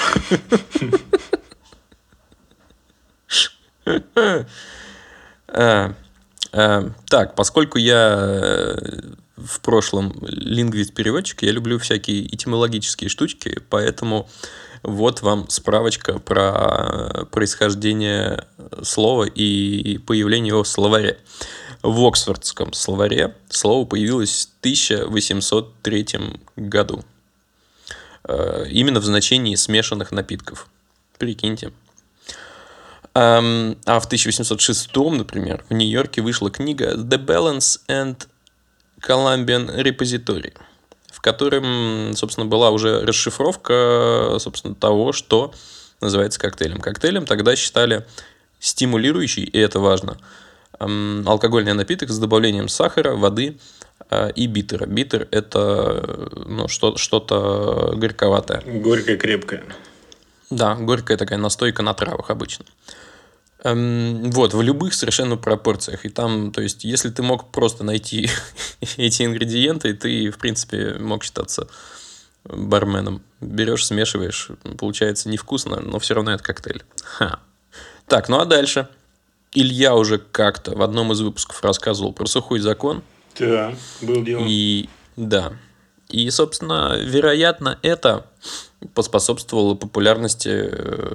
Так, поскольку я в прошлом лингвист-переводчик, я люблю всякие этимологические штучки, поэтому вот вам справочка про происхождение слова и появление его в словаре. В Оксфордском словаре слово появилось в 1803 году. Именно в значении смешанных напитков. Прикиньте. А в 1806, например, в Нью-Йорке вышла книга «The Balance and Columbian Repository», в котором, собственно, была уже расшифровка, собственно, того, что называется коктейлем. Коктейлем тогда считали стимулирующий, и это важно, алкогольный напиток с добавлением сахара, воды и битера. Битер – это что-то горьковатое. Горькое, крепкое. Да, горькая такая настойка на травах обычно. Вот, в любых совершенно пропорциях. И там, то есть, если ты мог просто найти эти ингредиенты, ты, в принципе, мог считаться барменом. Берешь, смешиваешь, получается невкусно, но все равно это коктейль. Так, ну а дальше? Илья уже как-то в одном из выпусков рассказывал про сухой закон. Да, был дело. И, собственно, вероятно, это поспособствовало популярности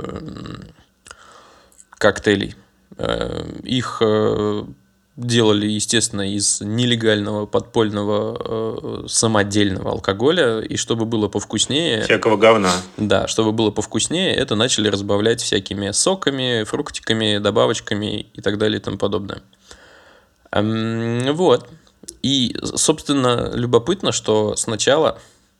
коктейлей. Их делали, естественно, из нелегального подпольного самодельного алкоголя, и чтобы было повкуснее... Всякого говна. Да, чтобы было повкуснее, это начали разбавлять всякими соками, фруктиками, добавочками и так далее и тому подобное. Вот. И, собственно, любопытно, что сначала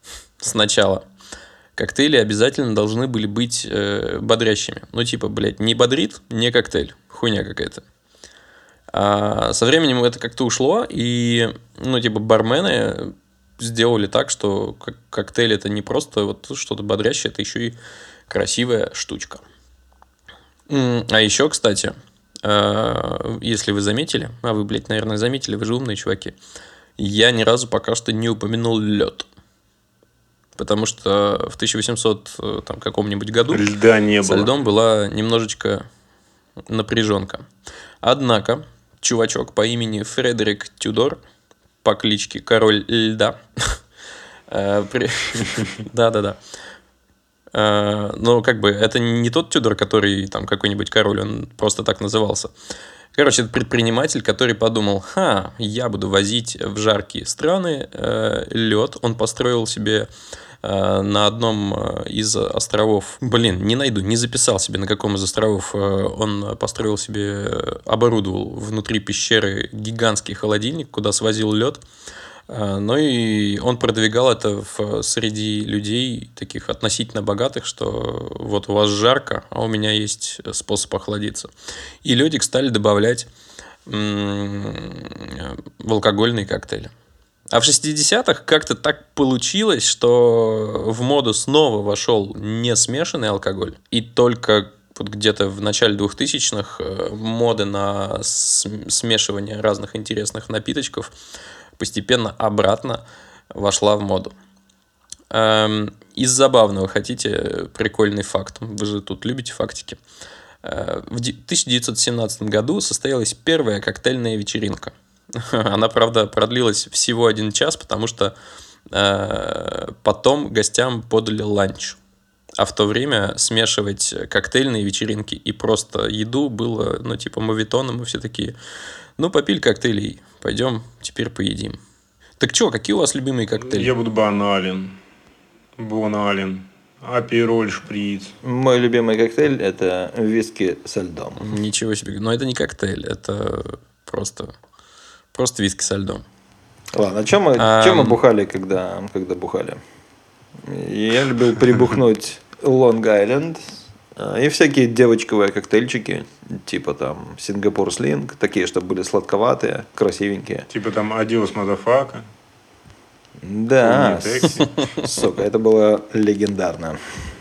коктейли обязательно должны были быть бодрящими. Ну, типа, не бодрит, не коктейль. Хуйня какая-то. А со временем это как-то ушло, и, бармены сделали так, что коктейль это не просто вот что-то бодрящее, это еще и красивая штучка. А еще, кстати, если вы заметили, а вы, наверное, заметили, вы же умные чуваки, я ни разу пока что не упомянул лед. потому что в 1800 там, каком-нибудь году Льда не со было. льдом была немножечко напряженка. Однако чувачок по имени Фредерик Тюдор по кличке Король Льда. Да-да-да. Но как бы это не тот Тюдор, который там какой-нибудь король, он просто так назывался. Короче, это предприниматель, который подумал, я буду возить в жаркие страны лед. Он построил себе на одном из островов, не найду, не записал себе, на каком из островов он построил себе, оборудовал внутри пещеры гигантский холодильник, куда свозил лед. Ну и он продвигал это среди людей, таких относительно богатых, что вот у вас жарко, а у меня есть способ охладиться. И ледик стали добавлять в алкогольные коктейли. А в 60-х как-то так получилось, что в моду снова вошел не смешанный алкоголь. И только вот где-то в начале 2000-х мода на смешивание разных интересных напиточков постепенно обратно вошла в моду. Из забавного, хотите прикольный факт? Вы же тут любите фактики. В 1917 году состоялась первая коктейльная вечеринка. Она, правда, продлилась всего 1 час, потому что потом гостям подали ланч. А в то время смешивать коктейльные вечеринки и просто еду было, моветоном, и все такие, попили коктейлей, пойдем теперь поедим. Так что, какие у вас любимые коктейли? Я буду банален. Бонален. Апероль шприц. Мой любимый коктейль – это виски со льдом. Ничего себе. Но это не коктейль, это просто виски со льдом. Ладно, чем мы бухали, когда бухали? Я любил прибухнуть Лонг-Айленд и всякие девочковые коктейльчики, типа там Сингапур Слинг, такие, чтобы были сладковатые, красивенькие. Типа там Adios Motherfucker. Да, сука, это было легендарно.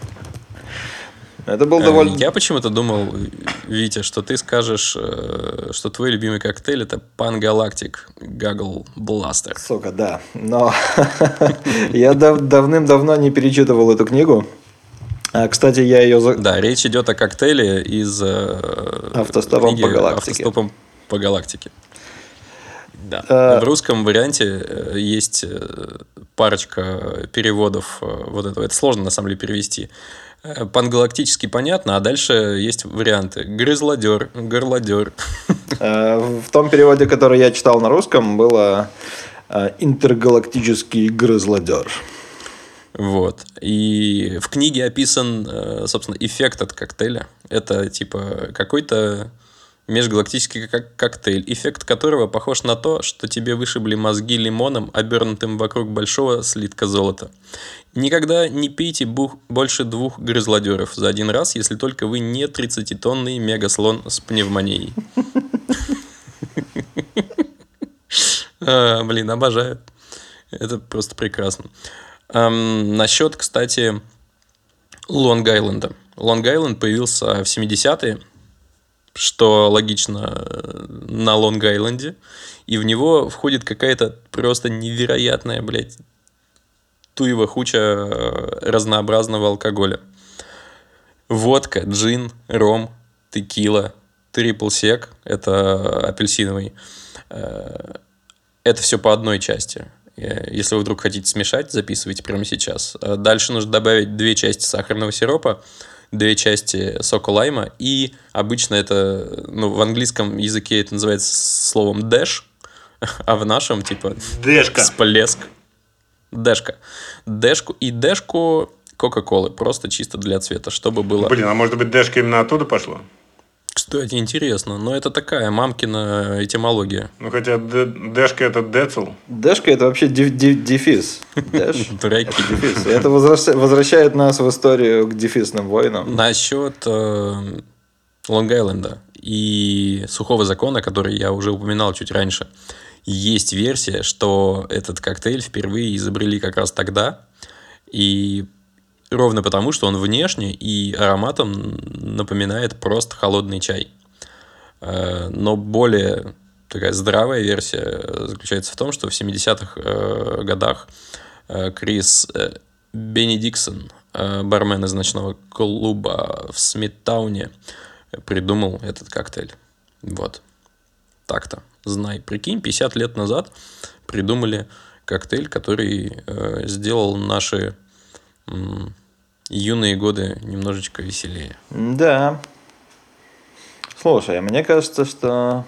Это был довольно... Я почему-то думал, Витя, что ты скажешь, что твой любимый коктейль – это Pan Galactic Gaggle Blaster. Сука, да. Но я давным-давно не перечитывал эту книгу. Кстати, я ее... Да, речь идет о коктейле из «Автостопом по галактике». «Автостопом по галактике». Да. В русском варианте есть парочка переводов вот этого. Это сложно, на самом деле, перевести. Пангалактический понятно, а дальше есть варианты. Грызлодер, горлодер. В том переводе, который я читал на русском, было интергалактический грызлодер. Вот. И в книге описан, собственно, эффект от коктейля. Это типа какой-то межгалактический коктейль, эффект которого похож на то, что тебе вышибли мозги лимоном, обернутым вокруг большого слитка золота. Никогда не пейте больше 2 грызлодеров за один раз, если только вы не 30-тонный мегаслон с пневмонией. Обожаю. Это просто прекрасно. Насчет, кстати, Лонг-Айленда. Лонг-Айленд появился в 70-е, что логично, на Лонг-Айленде, и в него входит какая-то просто невероятная, туева хуча разнообразного алкоголя. Водка, джин, ром, текила, трипл сек, это апельсиновый. Это все по одной части. Если вы вдруг хотите смешать, записывайте прямо сейчас. Дальше нужно добавить 2 части сахарного сиропа, 2 части сока лайма, и обычно это, в английском языке это называется словом dash, а в нашем типа Дэшка. всплеск. Дэшка. Дэшку и дэшку Кока-Колы, просто чисто для цвета, чтобы было... А может быть, Дэшка именно оттуда пошла? Кстати, интересно, но это такая мамкина этимология. Хотя Дэшка это децл. Дэшка – это вообще дефис. Дэш – Дураки. это дефис. И это возвращает нас в историю к дефисным войнам. Насчет Лонг-Айленда и сухого закона, который я уже упоминал чуть раньше, есть версия, что этот коктейль впервые изобрели как раз тогда, и ровно потому, что он внешне и ароматом напоминает просто холодный чай. Но более такая здравая версия заключается в том, что в 70-х годах Крис Бенни Диксон, бармен из ночного клуба в Смиттауне, придумал этот коктейль. Вот. Так-то. Знай. Прикинь, 50 лет назад придумали коктейль, который сделал наши юные годы немножечко веселее. Да. Слушай, мне кажется, что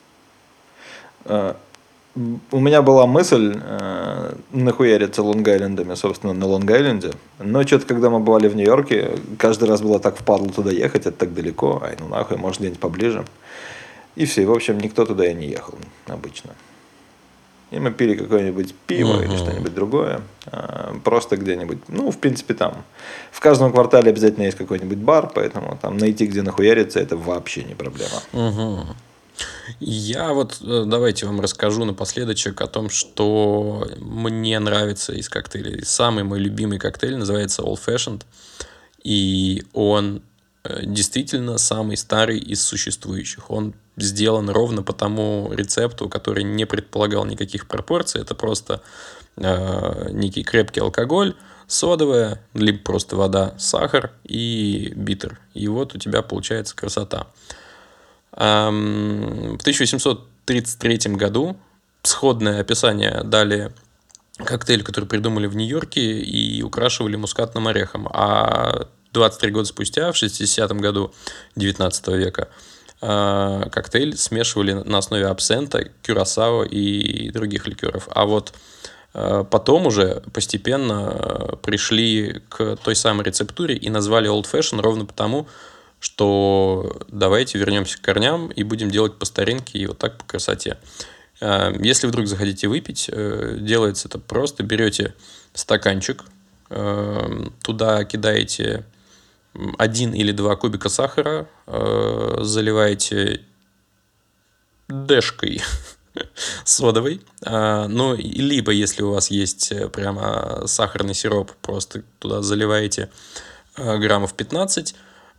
у меня была мысль нахуяриться Лонг-Айлендами, собственно, на Лонг-Айленде. Но что-то, когда мы бывали в Нью-Йорке, каждый раз было так впадло туда ехать, это так далеко. Ай, ну нахуй, может, где-нибудь поближе. И все, в общем, никто туда и не ехал обычно. И мы пили какое-нибудь пиво или что-нибудь другое. Просто где-нибудь, ну, в принципе, там. В каждом квартале обязательно есть какой-нибудь бар, поэтому там найти, где нахуяриться, это вообще не проблема. Я вот давайте вам расскажу напоследочек о том, что мне нравится из коктейлей. Самый мой любимый коктейль называется Old Fashioned. И он действительно самый старый из существующих. Он сделан ровно по тому рецепту, который не предполагал никаких пропорций. Это просто некий крепкий алкоголь, содовая, либо просто вода, сахар и биттер. И вот у тебя получается красота. В 1833 году сходное описание дали коктейль, который придумали в Нью-Йорке и украшивали мускатным орехом. А 23 года спустя, в 60-м году 19 века, коктейль смешивали на основе абсента, кюрасао и других ликеров. А вот потом уже постепенно пришли к той самой рецептуре и назвали Old Fashion ровно потому, что давайте вернемся к корням и будем делать по старинке и вот так по красоте. Если вдруг захотите выпить, делается это просто. Берете стаканчик, туда кидаете 1 или 2 кубика сахара, заливаете дэшкой содовой. Ну, либо, если у вас есть прямо сахарный сироп, просто туда заливаете граммов 15.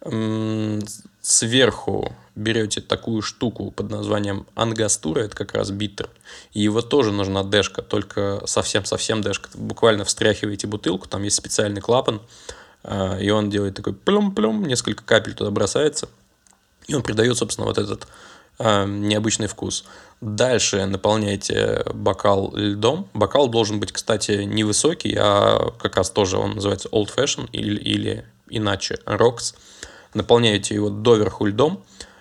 Сверху берете такую штуку под названием ангастура, это как раз биттер, и его тоже нужна дэшка, только совсем-совсем дэшка. Буквально встряхиваете бутылку, там есть специальный клапан, и он делает такой плюм-плюм, несколько капель туда бросается, и он придает, собственно, вот этот необычный вкус. Дальше наполняете бокал льдом. Бокал должен быть, кстати, невысокий, а как раз тоже он называется Old Fashion или иначе Rocks. Наполняете его доверху льдом,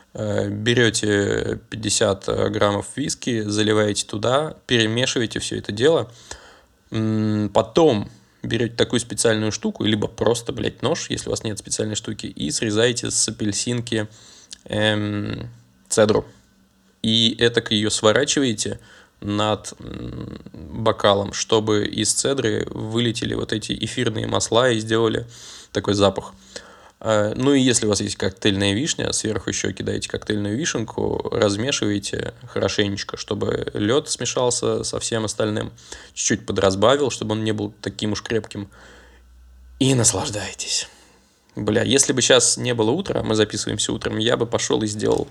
берете 50 граммов виски, заливаете туда, перемешиваете все это дело. Потом берете такую специальную штуку, либо просто, нож, если у вас нет специальной штуки, и срезаете с апельсинки цедру. И этак ее сворачиваете над бокалом, чтобы из цедры вылетели вот эти эфирные масла и сделали такой запах. Ну и если у вас есть коктейльная вишня, сверху еще кидаете коктейльную вишенку, размешиваете хорошенечко, чтобы лед смешался со всем остальным, чуть-чуть подразбавил, чтобы он не был таким уж крепким, и наслаждайтесь. Если бы сейчас не было утра, мы записываемся утром, я бы пошел и сделал.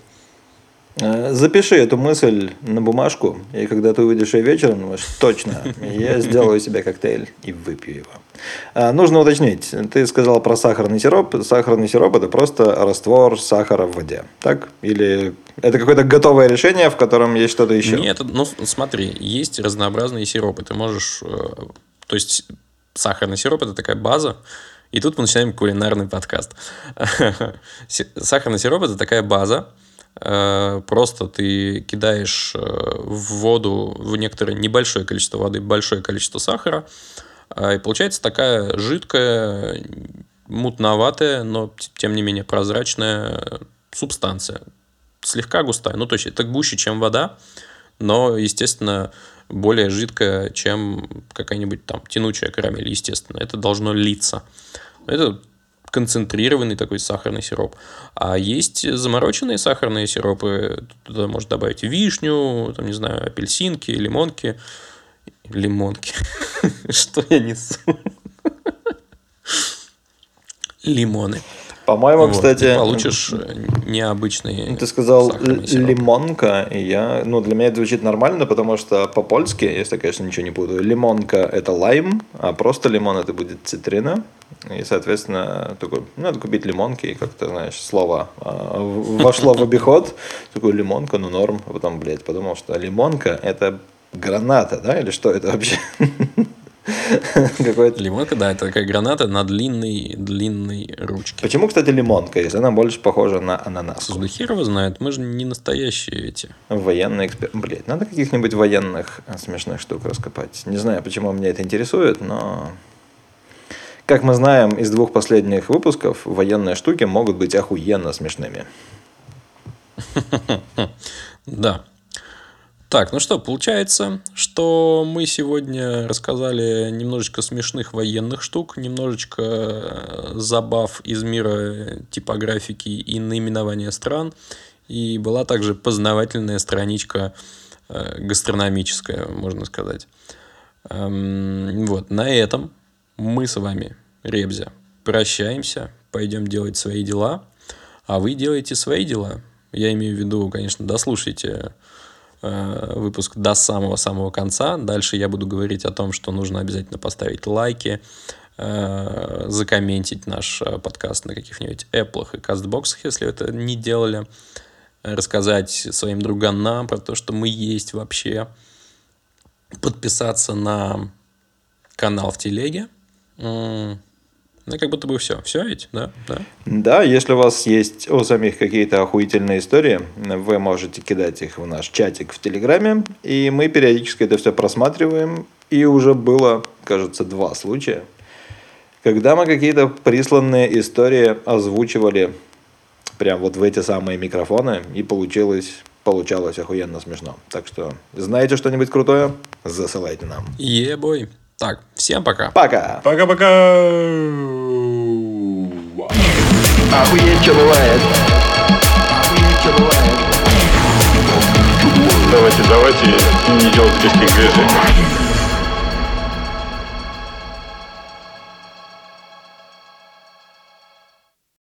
Запиши эту мысль на бумажку, и когда ты увидишь ее вечером, думаешь, точно, я сделаю себе коктейль и выпью его. Нужно уточнить, ты сказал про сахарный сироп. Сахарный сироп – это просто раствор сахара в воде, так? Или это какое-то готовое решение, в котором есть что-то еще? Нет, смотри, есть разнообразные сиропы. Ты можешь, то есть сахарный сироп – это такая база. И тут мы начинаем кулинарный подкаст. Сахарный сироп – это такая база. Просто ты кидаешь в воду, в некоторое небольшое количество воды, большое количество сахара, и получается такая жидкая, мутноватая, но тем не менее прозрачная субстанция. Слегка густая, то есть это гуще, чем вода, но, естественно, более жидкая, чем какая-нибудь там тянучая карамель, естественно. Это должно литься. Это концентрированный такой сахарный сироп. А есть замороченные сахарные сиропы. Туда можно добавить вишню, там, не знаю, апельсинки, лимонки. Лимонки. Что я несу? Лимоны. По-моему, Вот, кстати... и получишь необычные Ты сказал сахарный сироп. лимонка, и для меня это звучит нормально, потому что по-польски, если я, конечно, ничего не путаю, лимонка – это лайм, а просто лимон – это будет цитрина. И, соответственно, такой, надо купить лимонки, и как-то, знаешь, слово вошло в обиход. Такой лимонка, норм. А потом, подумал, что лимонка – это граната, да, или что это вообще? Лимонка, да, это такая граната на длинной ручке. Почему, кстати, лимонка, если она больше похожа на ананас? Слушай, да хер его знает, мы же не настоящие эти. Военные эксперты. Надо каких-нибудь военных смешных штук раскопать. Не знаю, почему меня это интересует, но... Как мы знаем из 2 последних выпусков, военные штуки могут быть охуенно смешными. Да. Так, ну что, получается, что мы сегодня рассказали немножечко смешных военных штук, немножечко забав из мира типографики и наименования стран, и была также познавательная страничка гастрономическая, можно сказать. Вот, на этом мы с вами, Ребзя, прощаемся, пойдем делать свои дела, а вы делаете свои дела. Я имею в виду, конечно, дослушайте выпуск до самого-самого конца. Дальше я буду говорить о том, что нужно обязательно поставить лайки, закомментить наш подкаст на каких-нибудь Apple и Castbox, если это не делали, рассказать своим друганам про то, что мы есть вообще, подписаться на канал в телеге. Ну, как будто бы все. Все ведь, да? Да, если у вас есть у самих какие-то охуительные истории, вы можете кидать их в наш чатик в Телеграме, и мы периодически это все просматриваем. И уже было, кажется, 2 случая, когда мы какие-то присланные истории озвучивали прям вот в эти самые микрофоны, и получалось охуенно смешно. Так что, знаете что-нибудь крутое? Засылайте нам. Е-бой. Так, всем пока. Пока! Пока-пока! Охуеть, что бывает. Охуеть, что бывает. Давайте, не делать резких движений.